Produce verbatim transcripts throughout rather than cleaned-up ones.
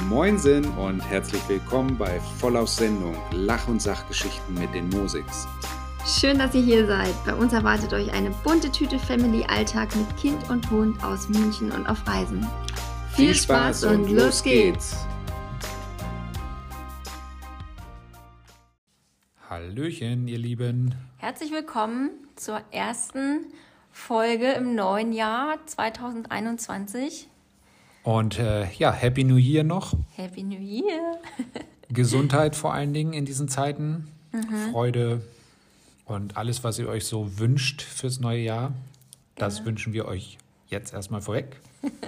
Moinsen und herzlich willkommen bei Voll auf Sendung, Lach- und Sachgeschichten mit den Mosigs. Schön, dass ihr hier seid. Bei uns erwartet euch eine bunte Tüte Family-Alltag mit Kind und Hund aus München und auf Reisen. Viel, Viel Spaß, Spaß und los geht's! Hallöchen, ihr Lieben. Herzlich willkommen zur ersten Folge im neuen Jahr zwanzig einundzwanzig. Und äh, ja, Happy New Year noch. Happy New Year. Gesundheit vor allen Dingen in diesen Zeiten. Mhm. Freude und alles, was ihr euch so wünscht fürs neue Jahr. Das ja. wünschen wir euch jetzt erstmal vorweg.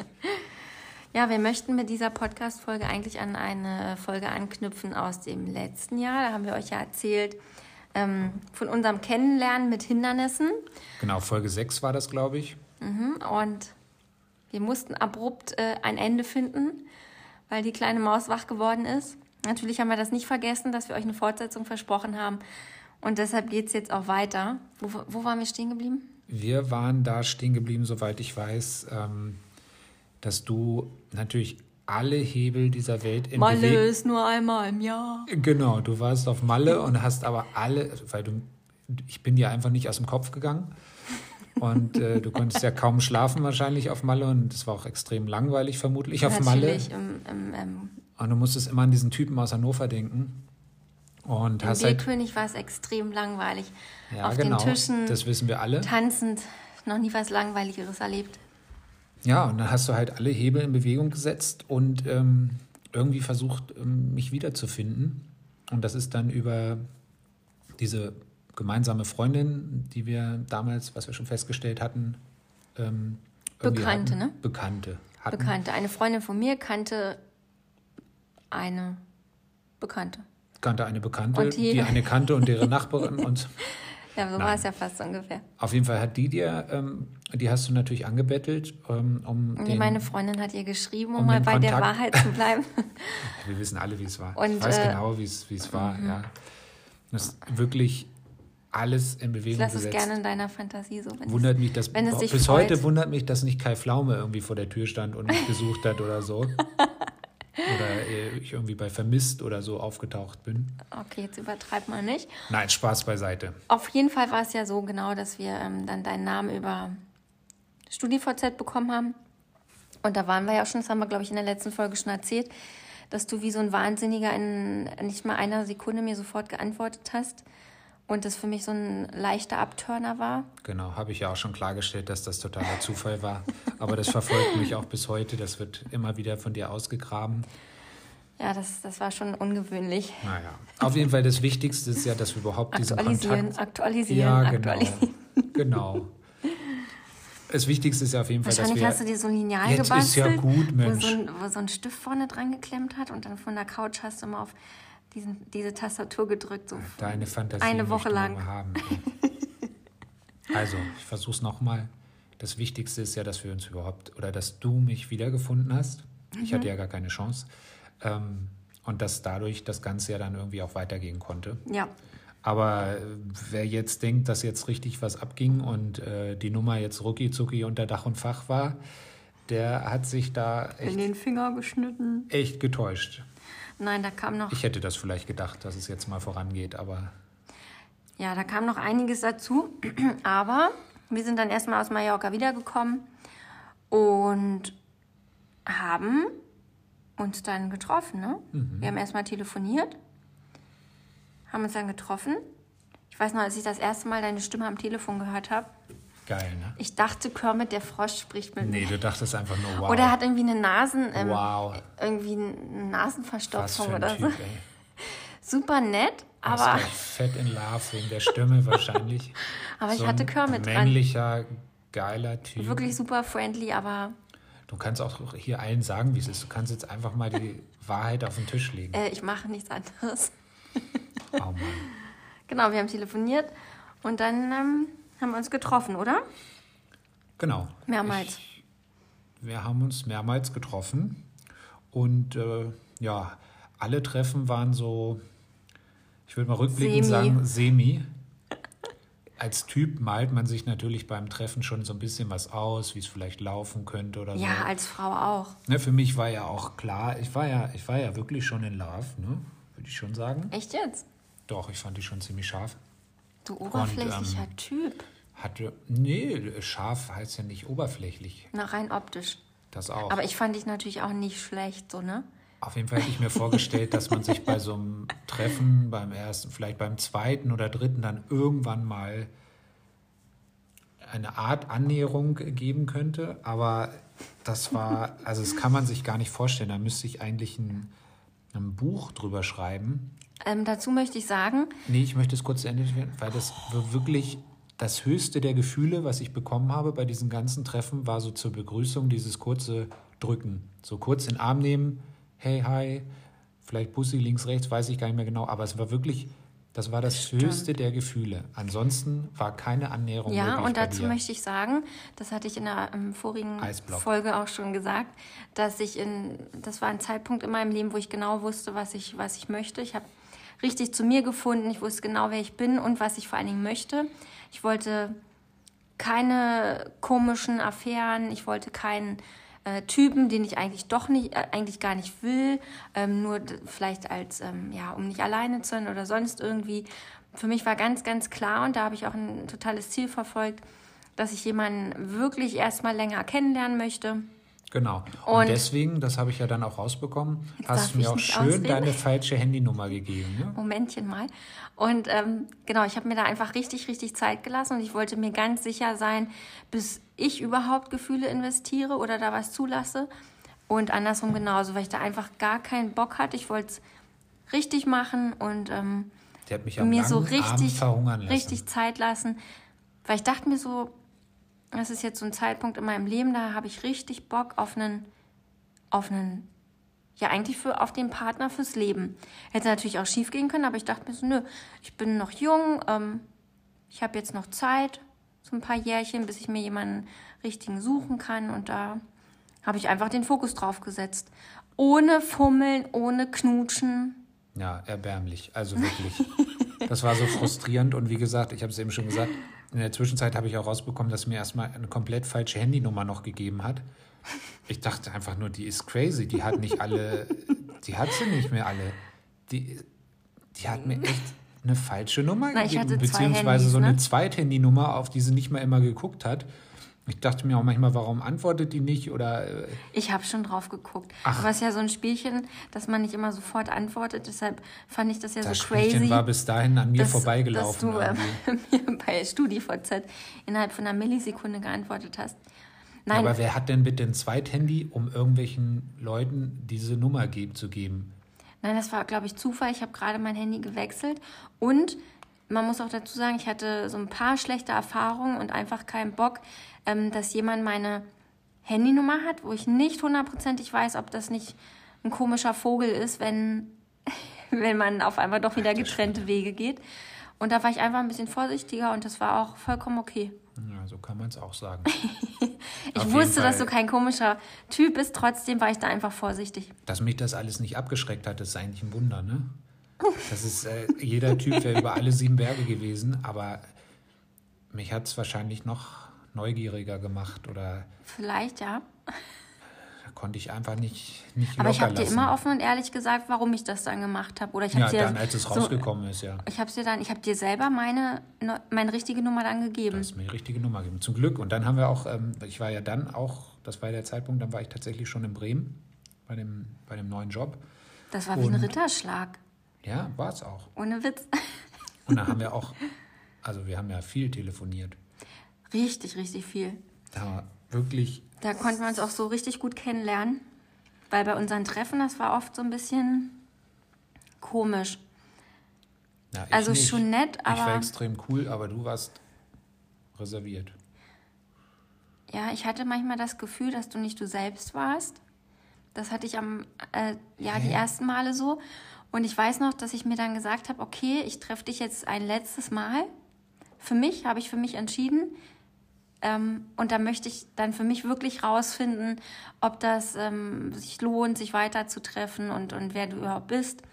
Ja, wir möchten mit dieser Podcast-Folge eigentlich an eine Folge anknüpfen aus dem letzten Jahr. Da haben wir euch ja erzählt ähm, von unserem Kennenlernen mit Hindernissen. Genau, Folge sechs war das, glaube ich. Mhm, und wir mussten abrupt äh, ein Ende finden, weil die kleine Maus wach geworden ist. Natürlich haben wir das nicht vergessen, dass wir euch eine Fortsetzung versprochen haben. Und deshalb geht es jetzt auch weiter. Wo, wo waren wir stehen geblieben? Wir waren da stehen geblieben, soweit ich weiß, ähm, dass du natürlich alle Hebel dieser Welt in Malle Bewegung... ist nur einmal im Jahr. Genau, du warst auf Malle und hast aber alle... weil du, ich bin dir einfach nicht aus dem Kopf gegangen. Und äh, du konntest ja kaum schlafen wahrscheinlich auf Malle und es war auch extrem langweilig vermutlich auf Natürlich, Malle. Natürlich. Im, im, im und du musstest immer an diesen Typen aus Hannover denken. Und Im hast Bierkönig halt, war es extrem langweilig. Ja, auf genau, den Tischen das wissen wir alle. Tanzend, noch nie was Langweiligeres erlebt. Ja, und dann hast du halt alle Hebel in Bewegung gesetzt und ähm, irgendwie versucht, ähm, mich wiederzufinden. Und das ist dann über diese gemeinsame Freundin, die wir damals, was wir schon festgestellt hatten, ähm, Bekannte, hatten, ne? Bekannte. Hatten. Bekannte. Eine Freundin von mir kannte eine Bekannte. Kannte eine Bekannte, und die, die eine kannte und deren Nachbarin. Und ja, so war es ja fast ungefähr. Auf jeden Fall hat die dir, ähm, die hast du natürlich angebettelt, ähm, um nee, den, meine Freundin hat ihr geschrieben, um, um mal bei Kontakt. der Wahrheit zu bleiben. Wir wissen alle, wie es war. Und, ich weiß äh, genau, wie es wie es war. Mhm. Ja. Das ist wirklich alles in Bewegung ich lass gesetzt. es gerne in deiner Fantasie so. Wenn wundert es, mich, dass wenn es bis dich freut. heute wundert mich, dass nicht Kai Pflaume irgendwie vor der Tür stand und mich besucht hat oder so. Oder ich irgendwie bei Vermisst oder so aufgetaucht bin. Okay, jetzt übertreib mal nicht. Nein, Spaß beiseite. Auf jeden Fall war es ja so genau, dass wir ähm, dann deinen Namen über StudiVZ bekommen haben. Und da waren wir ja auch schon, das haben wir, glaube ich, in der letzten Folge schon erzählt, dass du wie so ein Wahnsinniger in nicht mal einer Sekunde mir sofort geantwortet hast. Und das für mich so ein leichter Abturner war. Genau, habe ich ja auch schon klargestellt, dass das totaler Zufall war. Aber das verfolgt mich auch bis heute. Das wird immer wieder von dir ausgegraben. Ja, das, das war schon ungewöhnlich. Naja, auf jeden Fall das Wichtigste ist ja, dass wir überhaupt diesen Kontakt... Aktualisieren, ja, aktualisieren. Genau, genau. Das Wichtigste ist ja auf jeden Fall, dass wir... Wahrscheinlich hast du dir so ein Lineal jetzt gebastelt, ist ja gut, Mensch. Wo, so ein, wo so ein Stift vorne dran geklemmt hat und dann von der Couch hast du mal auf diesen, diese Tastatur gedrückt. So Deine Fantasie eine Woche lang. Haben. Also, ich versuche es nochmal. Das Wichtigste ist ja, dass wir uns überhaupt... Oder dass du mich wiedergefunden hast. Mhm. Ich hatte ja gar keine Chance. Ähm, und dass dadurch das Ganze ja dann irgendwie auch weitergehen konnte. Ja. Aber wer jetzt denkt, dass jetzt richtig was abging und äh, die Nummer jetzt rucki zucki unter Dach und Fach war, der hat sich da echt, in den Finger geschnitten. Echt getäuscht. Nein, da kam noch... Ich hätte das vielleicht gedacht, dass es jetzt mal vorangeht, aber... Ja, da kam noch einiges dazu. Aber wir sind dann erstmal aus Mallorca wiedergekommen und haben uns dann getroffen. Ne? Mhm. Wir haben erstmal telefoniert, haben uns dann getroffen. Ich weiß noch, als ich das erste Mal deine Stimme am Telefon gehört habe. Geil, ne? Ich dachte, Kermit der Frosch spricht mit mir. Nee, du dachtest einfach nur wow. Oder er hat irgendwie eine Nasen... Ähm, wow. Irgendwie eine Nasenverstopfung oder typ, so. Ey. Super nett, aber... Halt fett in Love wegen der Stimme wahrscheinlich. Aber so ich hatte Kermit dran. Männlicher, geiler Typ. Wirklich super friendly, aber... Du kannst auch hier allen sagen, wie es ist. Du kannst jetzt einfach mal die Wahrheit auf den Tisch legen. Äh, ich mache nichts anderes. Oh Mann. Genau, wir haben telefoniert und dann ähm, haben wir uns getroffen, oder? Genau. Mehrmals. Ich, wir haben uns mehrmals getroffen und äh, ja, alle Treffen waren so, ich würde mal rückblickend semi. sagen, semi. als Typ malt man sich natürlich beim Treffen schon so ein bisschen was aus, wie es vielleicht laufen könnte oder so. Ja, als Frau auch. Ne, für mich war ja auch klar, ich war ja, ich war ja wirklich schon in Love, ne? Würde ich schon sagen. Echt jetzt? Doch, ich fand die schon ziemlich scharf. Du oberflächlicher Und, ähm, Typ. Hatte, nee, scharf heißt ja nicht oberflächlich. Na, rein optisch. Das auch. Aber ich fand dich natürlich auch nicht schlecht, so, ne? Auf jeden Fall hätte ich mir vorgestellt, dass man sich bei so einem Treffen, beim ersten, vielleicht beim zweiten oder dritten, dann irgendwann mal eine Art Annäherung geben könnte. Aber das war, also das kann man sich gar nicht vorstellen. Da müsste ich eigentlich ein, ein Buch drüber schreiben. Ähm, dazu möchte ich sagen... Nee, ich möchte es kurz zu Ende führen, weil das wirklich das höchste der Gefühle, was ich bekommen habe bei diesen ganzen Treffen, war so zur Begrüßung dieses kurze Drücken. So kurz in den Arm nehmen, hey, hi, vielleicht Pussy links, rechts, weiß ich gar nicht mehr genau. Aber es war wirklich, das war das Stimmt. höchste der Gefühle. Ansonsten war keine Annäherung Ja, möglich und bei dazu dir. möchte ich sagen, das hatte ich in der ähm, vorigen Eisblock. Folge auch schon gesagt, dass ich in, das war ein Zeitpunkt in meinem Leben, wo ich genau wusste, was ich, was ich möchte. Ich habe richtig zu mir gefunden, ich wusste genau, wer ich bin und was ich vor allen Dingen möchte. Ich wollte keine komischen Affären, ich wollte keinen äh, Typen, den ich eigentlich doch nicht, äh, eigentlich gar nicht will, ähm, nur d- vielleicht als, ähm, ja, um nicht alleine zu sein oder sonst irgendwie. Für mich war ganz, ganz klar, und da habe ich auch ein totales Ziel verfolgt, dass ich jemanden wirklich erstmal länger kennenlernen möchte. Genau. Und, Und- deswegen, das habe ich ja dann auch rausbekommen, Jetzt hast darf du mir ich auch nicht schön ausreden. deine falsche Handynummer gegeben. Ne? Momentchen mal. Und ähm, genau, ich habe mir da einfach richtig, richtig Zeit gelassen und ich wollte mir ganz sicher sein, bis ich überhaupt Gefühle investiere oder da was zulasse. Und andersrum genauso, weil ich da einfach gar keinen Bock hatte. Ich wollte es richtig machen und ähm, Der hat mich am mir langen so Abend richtig, verhungern lassen. richtig Zeit lassen. Weil ich dachte mir so, das ist jetzt so ein Zeitpunkt in meinem Leben, da habe ich richtig Bock auf einen, auf einen, ja eigentlich für, auf den Partner fürs Leben. Hätte natürlich auch schief gehen können, aber ich dachte mir so, nö, ich bin noch jung, ähm, ich habe jetzt noch Zeit, so ein paar Jährchen, bis ich mir jemanden richtigen suchen kann. Und da habe ich einfach den Fokus drauf gesetzt. Ohne Fummeln, ohne Knutschen. Ja, erbärmlich. Also wirklich. Das war so frustrierend. Und wie gesagt, ich habe es eben schon gesagt, in der Zwischenzeit habe ich auch rausbekommen, dass mir erstmal eine komplett falsche Handynummer noch gegeben hat. Ich dachte einfach nur, die ist crazy. Die hat nicht alle, die hat sie nicht mehr alle. Die, die hat mir echt eine falsche Nummer Na, ich gegeben. hatte zwei Beziehungsweise Handys, so eine ne? Zweithandynummer, auf die sie nicht mehr immer geguckt hat. Ich dachte mir auch manchmal, warum antwortet die nicht? Oder äh, Ich habe schon drauf geguckt. Ach. Aber es ist ja so ein Spielchen, dass man nicht immer sofort antwortet. Deshalb fand ich das ja das so Spielchen crazy, war bis dahin an mir dass, vorbeigelaufen. dass du irgendwie. äh, mir bei StudiVZ innerhalb von einer Millisekunde geantwortet hast. Ja, Nein, aber wer hat denn bitte ein Zweithandy, um irgendwelchen Leuten diese Nummer geben, zu geben? Nein, das war, glaube ich, Zufall. Ich habe gerade mein Handy gewechselt. Und man muss auch dazu sagen, ich hatte so ein paar schlechte Erfahrungen und einfach keinen Bock, ähm, dass jemand meine Handynummer hat, wo ich nicht hundertprozentig weiß, ob das nicht ein komischer Vogel ist, wenn, wenn man auf einmal doch wieder getrennte Wege geht. Und da war ich einfach ein bisschen vorsichtiger und das war auch vollkommen okay. Ja, so kann man es auch sagen. Ich Auf jeden wusste, dass Fall, du kein komischer Typ bist, trotzdem war ich da einfach vorsichtig. dass mich das alles nicht abgeschreckt hat, ist eigentlich ein Wunder, ne? Das ist, äh, jeder Typ wäre über alle sieben Berge gewesen, aber mich hat es wahrscheinlich noch neugieriger gemacht oder Vielleicht, ja. da konnte ich einfach nicht, nicht Aber ich locker habe dir lassen. immer offen und ehrlich gesagt, warum ich das dann gemacht habe. Oder ich habe Ja, dir dann, als es so, rausgekommen ist, ja. ich habe dir dann, ich habe dir selber meine, ne- meine richtige Nummer dann Du gegeben. hast mir die richtige Nummer gegeben. Zum Glück. Und dann haben wir auch, ähm, ich war ja dann auch, das war ja der Zeitpunkt, dann war ich tatsächlich schon in Bremen bei dem, bei dem neuen Job. Das war wie ein Und- Ritterschlag. Ja, war es auch. Ohne Witz. Und dann haben wir auch, also wir haben ja viel telefoniert. Richtig, richtig viel. Da war wirklich, Da konnten wir uns auch so richtig gut kennenlernen. Weil bei unseren Treffen, das war oft so ein bisschen komisch. na, ich Also nicht. schon nett, Ich war aber extrem cool, aber du warst reserviert. ja, ich hatte manchmal das Gefühl, dass du nicht du selbst warst. Das hatte ich am, äh, ja, die Hä? ersten Male so. Und ich weiß noch, dass ich mir dann gesagt habe, okay, ich treffe dich jetzt ein letztes Mal. Für mich, habe ich für mich entschieden. Ähm, und da möchte ich dann für mich wirklich rausfinden, ob das ähm, sich lohnt, sich weiter zu treffen und, und wer du überhaupt bist.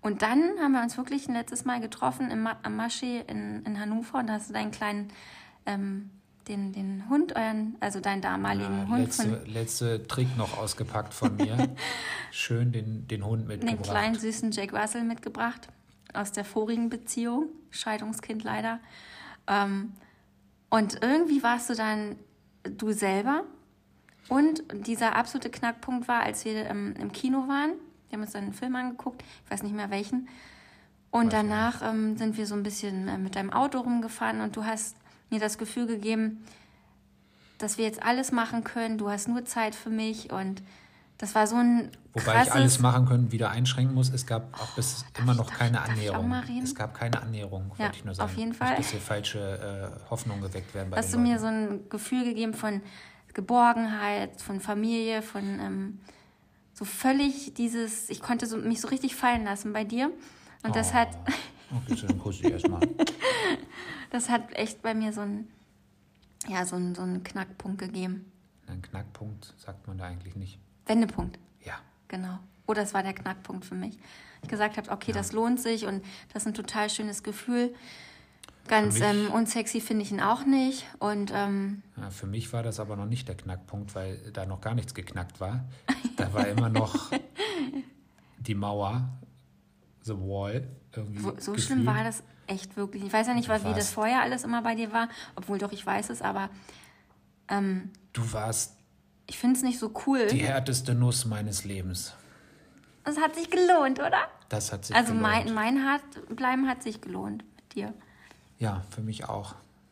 Und dann haben wir uns wirklich ein letztes Mal getroffen im Ma- am Maschee in, in Hannover und da hast du deinen kleinen, ähm, den, den Hund, euren, also deinen damaligen Ja, Hund letzte, von letzte Trick noch ausgepackt von mir. Schön den, den Hund den mitgebracht. kleinen süßen Jack Russell mitgebracht aus der vorigen Beziehung, Scheidungskind leider. Ähm, und irgendwie warst du dann du selber. Und dieser absolute Knackpunkt war, als wir ähm, im Kino waren. Wir haben uns dann einen Film angeguckt, ich weiß nicht mehr welchen. Und Weiß danach ähm, sind wir so ein bisschen äh, mit deinem Auto rumgefahren und du hast mir das Gefühl gegeben, dass wir jetzt alles machen können. Du hast nur Zeit für mich und das war so ein Wobei krasses... ich alles machen können, wieder einschränken muss. Es gab auch bis immer noch darf- keine darf ich auch Annäherung. mal reden? Es gab keine Annäherung, Ja, wollte ich nur sagen. auf jeden Nicht, Fall. dass hier falsche äh, Hoffnungen geweckt werden bei hast du den mir Leuten. so ein Gefühl gegeben von Geborgenheit, von Familie, von ähm, so völlig dieses, ich konnte so, mich so richtig fallen lassen bei dir. Und das Oh. hat, Okay, so, dann kuss ich erstmal. das hat echt bei mir so ein, ja, so ein, so einen Knackpunkt gegeben. Ein Knackpunkt sagt man da eigentlich nicht. Wendepunkt, Ja, genau. Oder es war der Knackpunkt für mich. Ich gesagt habe, okay, das lohnt sich und das ist ein total schönes Gefühl. Ganz Für mich- ähm, unsexy finde ich ihn auch nicht. Und ähm, ja, für mich war das aber noch nicht der Knackpunkt, weil da noch gar nichts geknackt war. Da war immer noch die Mauer, the wall. Irgendwie wo, so gefühlt. schlimm war das echt wirklich. Ich weiß ja nicht, Du wie das warst- vorher alles immer bei dir war, obwohl doch ich weiß es, aber ähm, Du warst ich finde es nicht so cool. die härteste Nuss meines Lebens. Es hat sich gelohnt, oder? Das hat sich Also gelohnt. mein, mein Hartbleiben hat sich gelohnt mit dir. Ja, für mich auch.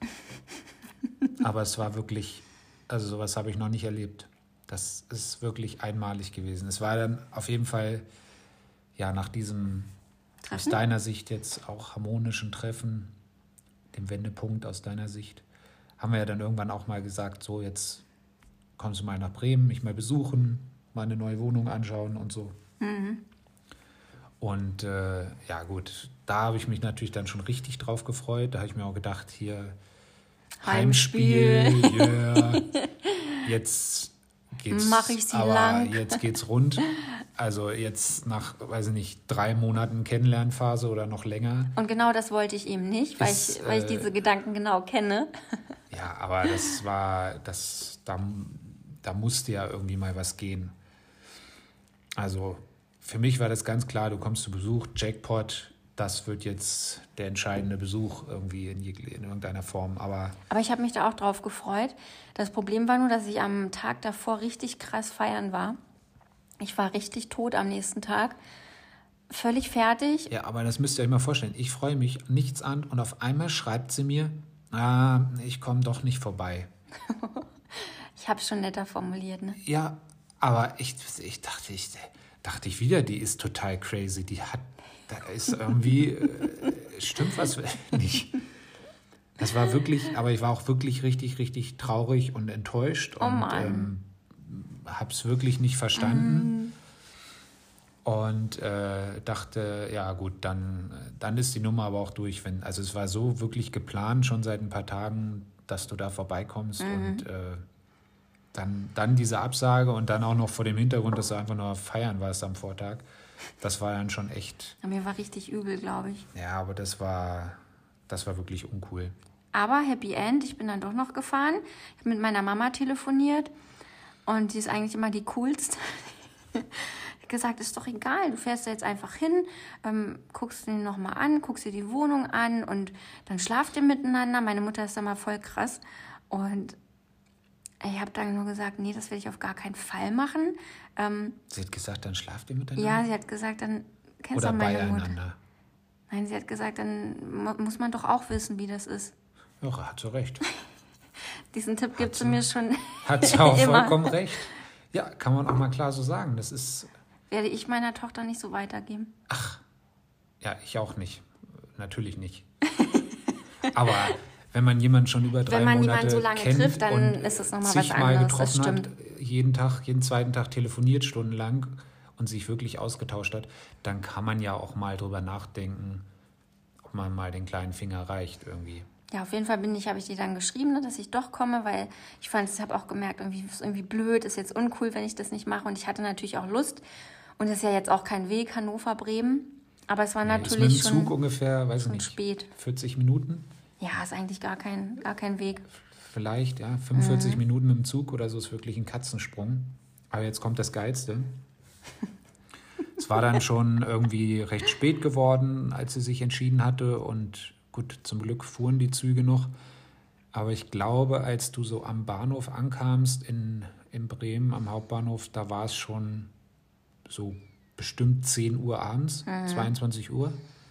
Aber es war wirklich, also sowas habe ich noch nicht erlebt. Das ist wirklich einmalig gewesen. Es war dann auf jeden Fall, ja, nach diesem aus Treffen? deiner Sicht jetzt auch harmonischen Treffen, dem Wendepunkt aus deiner Sicht, haben wir ja dann irgendwann auch mal gesagt, so jetzt kommst du mal nach Bremen, mich mal besuchen, mal eine neue Wohnung anschauen und so. Und äh, ja gut, da habe ich mich natürlich dann schon richtig drauf gefreut. Da habe ich mir auch gedacht, hier Heimspiel. Heimspiel, yeah. Jetzt geht's, Mach ich sie aber lang. jetzt geht's rund. Also jetzt nach, weiß ich nicht, drei Monaten Kennenlernphase oder noch länger. Und genau das wollte ich eben nicht, weil, Ist, ich, weil ich äh, diese Gedanken genau kenne. Ja, aber das war, das, da, da musste ja irgendwie mal was gehen. Also für mich war das ganz klar, du kommst zu Besuch, Jackpot, das wird jetzt der entscheidende Besuch irgendwie in, jeg- in irgendeiner Form. Aber Aber ich habe mich da auch drauf gefreut. Das Problem war nur, dass ich am Tag davor richtig krass feiern war. Ich war richtig tot am nächsten Tag. Völlig fertig. ja, aber das müsst ihr euch mal vorstellen. Ich freue mich nichts an und auf einmal schreibt sie mir, ah, ich komme doch nicht vorbei. Ich habe es schon netter formuliert, ne? Ja, aber ich, ich dachte, ich dachte ich wieder, die ist total crazy. Die hat, da ist irgendwie, äh, stimmt was nicht. Das war wirklich, aber ich war auch wirklich richtig, richtig traurig und enttäuscht Oh und Mann. ähm, hab's wirklich nicht verstanden. Und äh, dachte, ja gut, dann, dann ist die Nummer aber auch durch. Wenn, also es war so wirklich geplant, schon seit ein paar Tagen, dass du da vorbeikommst und äh, dann, dann diese Absage und dann auch noch vor dem Hintergrund, dass du einfach nur feiern warst am Vortag. Das war dann schon echt, Ja, mir war richtig übel, glaube ich. ja, aber das war, das war wirklich uncool. Aber Happy End, ich bin dann doch noch gefahren. Ich habe mit meiner Mama telefoniert und die ist eigentlich immer die coolste. Ich habe gesagt, ist doch egal, du fährst da jetzt einfach hin, ähm, guckst ihn nochmal an, guckst dir die Wohnung an und dann schlaft ihr miteinander. Meine Mutter ist da mal voll krass und ich habe dann nur gesagt, nee, das will ich auf gar keinen Fall machen. Ähm, Sie hat gesagt, dann schlaft ihr miteinander? ja, sie hat gesagt, dann kennst du Oder meine Mutter. beieinander? Nein, sie hat gesagt, dann mu- muss man doch auch wissen, wie das ist. Ja, hat sie recht. Diesen Tipp gibt sie sie. mir schon Hat sie auch immer. vollkommen recht. Ja, kann man auch mal klar so sagen. Das ist, Werde ich meiner Tochter nicht so weitergeben. ja, ich auch nicht. Natürlich nicht. Aber wenn man jemanden schon über drei Wenn man Monate jemanden so lange kennt trifft, dann und ist es noch mal was zigmal anderes, das getroffen hat, jeden Tag, jeden zweiten Tag telefoniert stundenlang und sich wirklich ausgetauscht hat, dann kann man ja auch mal drüber nachdenken, ob man mal den kleinen Finger reicht irgendwie. Ja, auf jeden Fall bin ich, habe ich dir dann geschrieben, ne, dass ich doch komme, weil ich fand, ich habe auch gemerkt, irgendwie ist irgendwie blöd, ist jetzt uncool, wenn ich das nicht mache. Und ich hatte natürlich auch Lust. Und es ist ja jetzt auch kein Weg, Hannover, Bremen. Aber es war Nee, ist mit natürlich dem Zug schon, ungefähr, weiß ich schon nicht, spät. vierzig Minuten? Ja, ist eigentlich gar kein, gar kein Weg. Vielleicht, ja, fünfundvierzig Minuten mit dem Zug oder so ist wirklich ein Katzensprung. Aber jetzt kommt das Geilste. Es war dann schon irgendwie recht spät geworden, als sie sich entschieden hatte. Und gut, zum Glück fuhren die Züge noch. Aber ich glaube, als du so am Bahnhof ankamst in, in Bremen, am Hauptbahnhof, da war es schon so bestimmt zehn Uhr abends, mhm. zweiundzwanzig Uhr.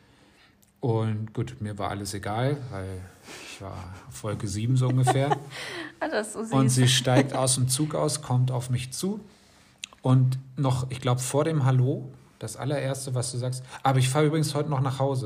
Und gut, mir war alles egal, weil ich war auf Wolke sieben so ungefähr. Das ist so süß. Und sie steigt aus dem Zug aus, kommt auf mich zu. Und noch, ich glaube, vor dem Hallo, das allererste, was du sagst, aber ich fahre übrigens heute noch nach Hause.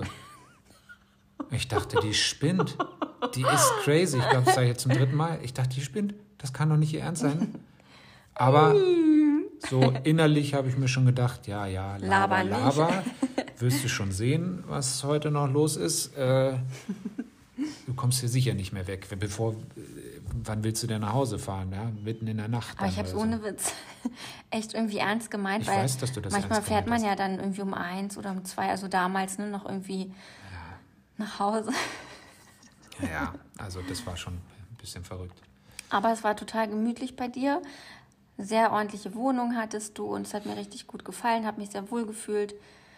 Ich dachte, die spinnt. Die ist crazy. Ich glaube, das sage ich jetzt zum dritten Mal. Ich dachte, die spinnt. Das kann doch nicht ihr Ernst sein. Aber so innerlich habe ich mir schon gedacht, ja, ja, laber, laber. Wirst du schon sehen, was heute noch los ist. Äh, du kommst hier sicher nicht mehr weg. Bevor, wann willst du denn nach Hause fahren? Ja? Mitten in der Nacht. Aber ich habe es ohne Witz echt irgendwie ernst gemeint, ich weil weiß, dass du das manchmal ernst fährt man hast. ja dann irgendwie um eins oder um zwei, also damals ne, noch irgendwie ja. nach Hause. Ja, ja, also das war schon ein bisschen verrückt. Aber es war total gemütlich bei dir. Eine sehr ordentliche Wohnung hattest du und es hat mir richtig gut gefallen, habe mich sehr wohl gefühlt.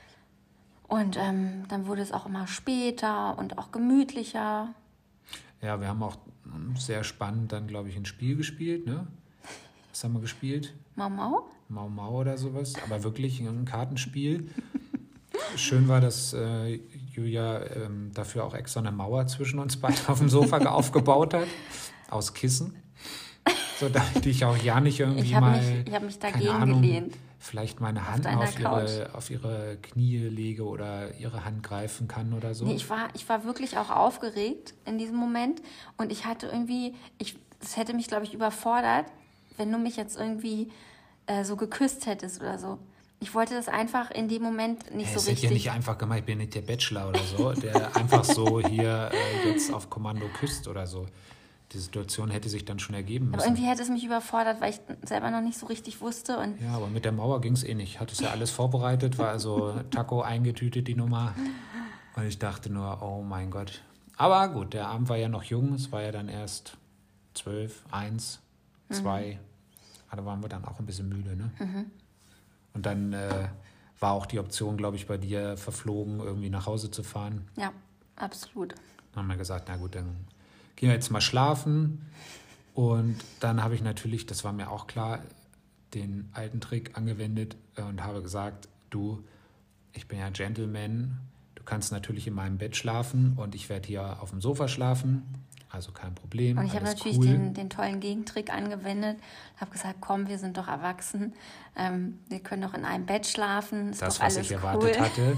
Und ähm, dann wurde es auch immer später und auch gemütlicher. Ja, wir haben auch sehr spannend dann, glaube ich, ein Spiel gespielt, ne? Was haben wir gespielt? Mau Mau? Mau Mau oder sowas, aber wirklich ein Kartenspiel. Schön war, dass äh, Julia ähm, dafür auch extra eine Mauer zwischen uns beiden auf dem Sofa aufgebaut hat, aus Kissen. So, damit ich auch ja nicht irgendwie ich hab mal, mich, ich habe mich dagegen keine Ahnung, gelehnt. vielleicht meine Auf Hand deiner auf ihre, auf ihre Knie lege oder ihre Hand greifen kann oder so. Nee, ich war, ich war wirklich auch aufgeregt in diesem Moment und ich hatte irgendwie, ich, es hätte mich, glaube ich, überfordert, wenn du mich jetzt irgendwie äh, so geküsst hättest oder so. Ich wollte das einfach in dem Moment nicht hey, so es richtig. Es hätte ja nicht einfach gemacht, ich bin nicht der Bachelor oder so, der einfach so hier äh, jetzt auf Kommando küsst oder so. Die Situation hätte sich dann schon ergeben müssen. Aber irgendwie hätte es mich überfordert, weil ich selber noch nicht so richtig wusste. Und ja, aber mit der Mauer ging es eh nicht. Hat es ja alles vorbereitet, war also Taco eingetütet, die Nummer. Und ich dachte nur, oh mein Gott. Aber gut, der Abend war ja noch jung. Es war ja dann erst zwölf, eins, zwei. Mhm. Da waren wir dann auch ein bisschen müde, ne? Mhm. Und dann äh, war auch die Option, glaube ich, bei dir verflogen, irgendwie nach Hause zu fahren. Ja, absolut. Dann haben wir gesagt, na gut, dann gehen wir jetzt mal schlafen. Und dann habe ich natürlich, das war mir auch klar, den alten Trick angewendet und habe gesagt, du, ich bin ja Gentleman, du kannst natürlich in meinem Bett schlafen und ich werde hier auf dem Sofa schlafen, also kein Problem. Und ich habe natürlich cool. den, den tollen Gegentrick angewendet, habe gesagt, komm, wir sind doch erwachsen, ähm, wir können doch in einem Bett schlafen, ist das, doch alles was ich cool. erwartet hatte.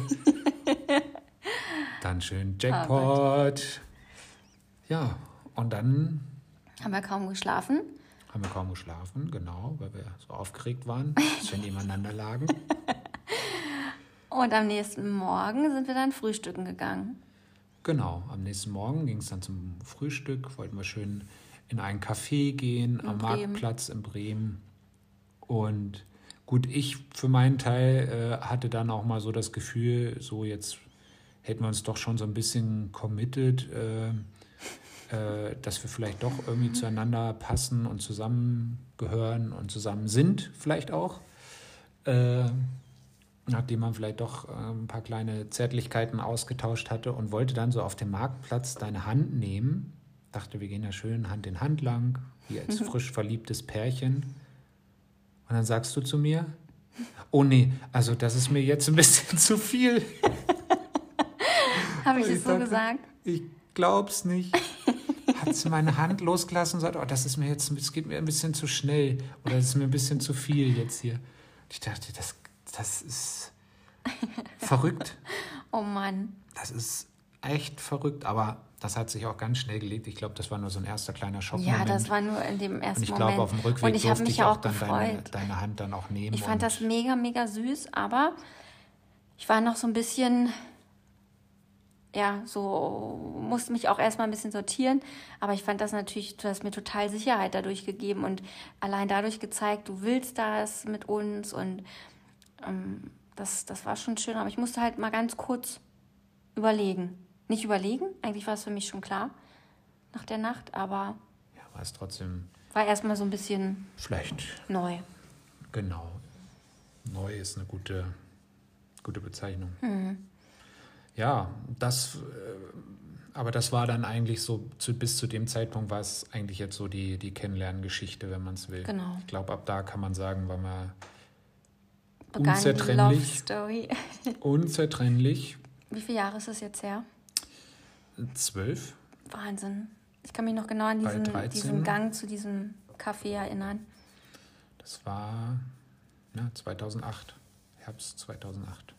Dann schön Jackpot. Ja, und dann haben wir kaum geschlafen. Haben wir kaum geschlafen, genau, weil wir so aufgeregt waren, dass wir nebeneinander lagen. Und am nächsten Morgen sind wir dann frühstücken gegangen. Genau, am nächsten Morgen ging es dann zum Frühstück, wollten wir schön in ein Café gehen, in am Bremen. Marktplatz in Bremen. Und gut, ich für meinen Teil äh, hatte dann auch mal so das Gefühl, so jetzt hätten wir uns doch schon so ein bisschen committed, äh, dass wir vielleicht doch irgendwie zueinander passen und zusammengehören und zusammen sind vielleicht auch. Äh, nachdem man vielleicht doch äh, ein paar kleine Zärtlichkeiten ausgetauscht hatte und wollte dann so auf dem Marktplatz deine Hand nehmen. Dachte, wir gehen da schön Hand in Hand lang, wie als frisch verliebtes Pärchen. Und dann sagst du zu mir, oh nee, also das ist mir jetzt ein bisschen zu viel. Habe ich das so gesagt? Ich glaub's nicht. Hat sie meine Hand losgelassen und sagt, oh, das ist mir jetzt, es geht mir ein bisschen zu schnell oder das ist mir ein bisschen zu viel jetzt hier. Ich dachte, das, das ist verrückt. Oh Mann. Das ist echt verrückt, aber das hat sich auch ganz schnell gelegt. Ich glaube, das war nur so ein erster kleiner Schockmoment. Ja, das war nur in dem ersten Und ich Moment. glaube, auf dem Rückweg und ich durfte mich ich ja auch auch dann deine, gefreut. deine Hand dann auch nehmen. Ich fand das mega, mega süß, aber ich war noch so ein bisschen... Ja, so musste mich auch erstmal ein bisschen sortieren. Aber ich fand das natürlich, du hast mir total Sicherheit dadurch gegeben und allein dadurch gezeigt, du willst das mit uns. Und ähm, das, das war schon schön. Aber ich musste halt mal ganz kurz überlegen. Nicht überlegen, eigentlich war es für mich schon klar nach der Nacht, aber Ja, war es trotzdem war erstmal so ein bisschen vielleicht, neu. genau. Neu ist eine gute, gute Bezeichnung. Mhm. Ja, das, äh, aber das war dann eigentlich so, zu, bis zu dem Zeitpunkt war es eigentlich jetzt so die, die Kennenlerngeschichte, wenn man es will. Genau. Ich glaube, ab da kann man sagen, war man Begann die Love unzertrennlich. Story. Unzertrennlich. Wie viele Jahre ist es jetzt her? Zwölf. Wahnsinn. Ich kann mich noch genau an Bei diesen, dreizehn. diesen Gang zu diesem Café erinnern. Das war ja, zweitausendacht. Herbst zweitausendacht.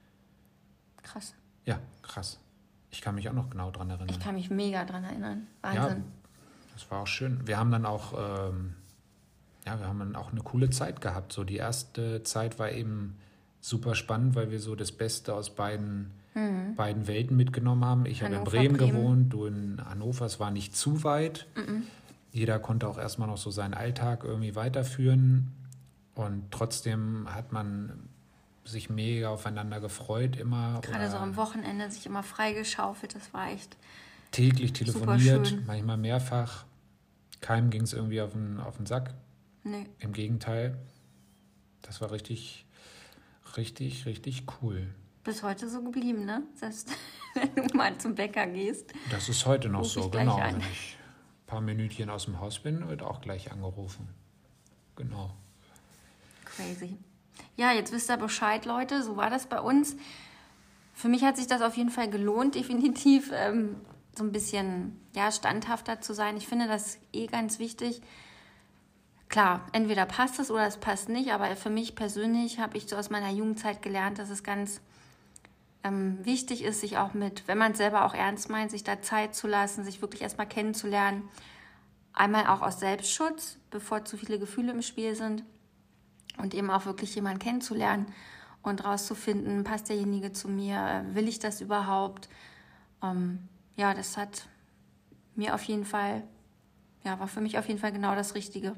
Krass. Ja, krass. Ich kann mich auch noch genau dran erinnern. Ich kann mich mega dran erinnern. Ja, Wahnsinn. das war auch schön. Wir haben dann auch, ähm, ja, wir haben dann auch eine coole Zeit gehabt. So die erste Zeit war eben super spannend, weil wir so das Beste aus beiden, Mhm. beiden Welten mitgenommen haben. Ich habe in Hannover, Bremen, Bremen. gewohnt, du in Hannover. Es war nicht zu weit. Mhm. Jeder konnte auch erstmal noch so seinen Alltag irgendwie weiterführen. Und trotzdem hat man sich mega aufeinander gefreut immer. Gerade oder so am Wochenende sich immer freigeschaufelt. Das war echt. täglich telefoniert, schön. manchmal mehrfach. Keinem ging es irgendwie auf den, auf den Sack. Nee. Im Gegenteil. Das war richtig, richtig, richtig cool. Bis heute so geblieben, ne? Selbst wenn du mal zum Bäcker gehst. Das ist heute noch Ruf so, ich gleich genau. an. Wenn ich ein paar Minütchen aus dem Haus bin, wird auch gleich angerufen. Genau. Crazy. Ja, jetzt wisst ihr Bescheid, Leute. So war das bei uns. Für mich hat sich das auf jeden Fall gelohnt, definitiv ähm, so ein bisschen ja, standhafter zu sein. Ich finde das eh ganz wichtig. Klar, entweder passt es oder es passt nicht, aber für mich persönlich habe ich so aus meiner Jugendzeit gelernt, dass es ganz ähm, wichtig ist, sich auch mit, wenn man es selber auch ernst meint, sich da Zeit zu lassen, sich wirklich erstmal kennenzulernen. Einmal auch aus Selbstschutz, bevor zu viele Gefühle im Spiel sind. Und eben auch wirklich jemanden kennenzulernen und rauszufinden, passt derjenige zu mir, will ich das überhaupt? Ähm, ja, das hat mir auf jeden Fall, ja, war für mich auf jeden Fall genau das Richtige.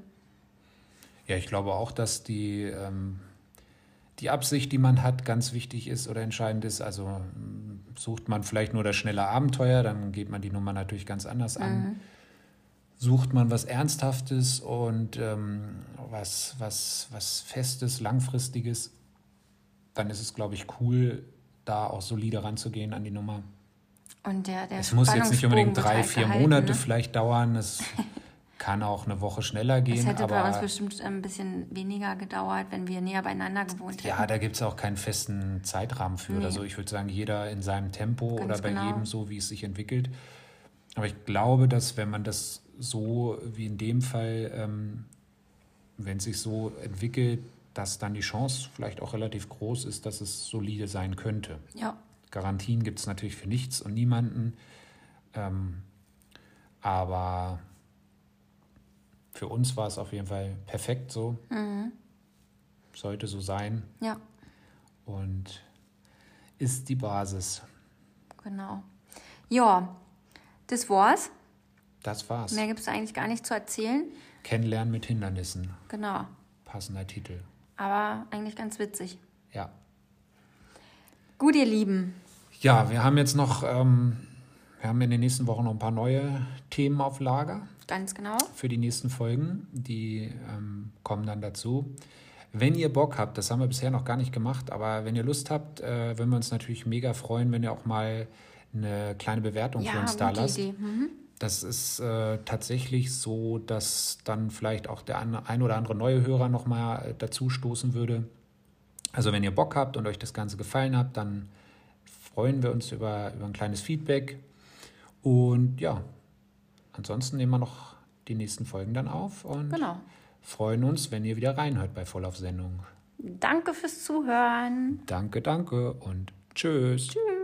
Ja, ich glaube auch, dass die, ähm, die Absicht, die man hat, ganz wichtig ist oder entscheidend ist. Also m, sucht man vielleicht nur das schnelle Abenteuer, dann geht man die Nummer natürlich ganz anders an. Mhm. Sucht man was Ernsthaftes und ähm, was, was, was Festes, Langfristiges, dann ist es, glaube ich, cool, da auch solide ranzugehen an die Nummer. Und der, der Es muss jetzt nicht unbedingt Spannungsbogen wird drei, halt vier gehalten, Monate ne? vielleicht dauern. Es kann auch eine Woche schneller gehen. Es hätte bei uns aber bestimmt ein bisschen weniger gedauert, wenn wir näher beieinander gewohnt hätten. ja, da gibt es auch keinen festen Zeitrahmen für. Nee. Also ich würde sagen, jeder in seinem Tempo Ganz oder bei genau. jedem so, wie es sich entwickelt. Aber ich glaube, dass wenn man das so wie in dem Fall, ähm, wenn es sich so entwickelt, dass dann die Chance vielleicht auch relativ groß ist, dass es solide sein könnte. Ja, Garantien gibt es natürlich für nichts und niemanden. Ähm, aber für uns war es auf jeden Fall perfekt so. mhm. Sollte so sein ja, und ist die Basis. genau. Ja, das war's. Das war's. Mehr gibt es eigentlich gar nicht zu erzählen. Kennenlernen mit Hindernissen. Genau, Passender Titel. aber eigentlich ganz witzig. Ja. Gut, ihr Lieben. Ja, wir haben jetzt noch, ähm, wir haben in den nächsten Wochen noch ein paar neue Themen auf Lager Ganz genau. für die nächsten Folgen. Die ähm, kommen dann dazu. Wenn ihr Bock habt, das haben wir bisher noch gar nicht gemacht, aber wenn ihr Lust habt, äh, würden wir uns natürlich mega freuen, wenn ihr auch mal eine kleine Bewertung für Ja, uns da gute lasst. Idee. Mhm. Das ist äh, tatsächlich so, dass dann vielleicht auch der an- ein oder andere neue Hörer nochmal dazu stoßen würde. Also wenn ihr Bock habt und euch das Ganze gefallen hat, dann freuen wir uns über, über ein kleines Feedback. Und ja, ansonsten nehmen wir noch die nächsten Folgen dann auf und Genau. freuen uns, wenn ihr wieder reinhört bei Vollauf Sendung. Danke fürs Zuhören. Danke, danke und tschüss. Tschüss.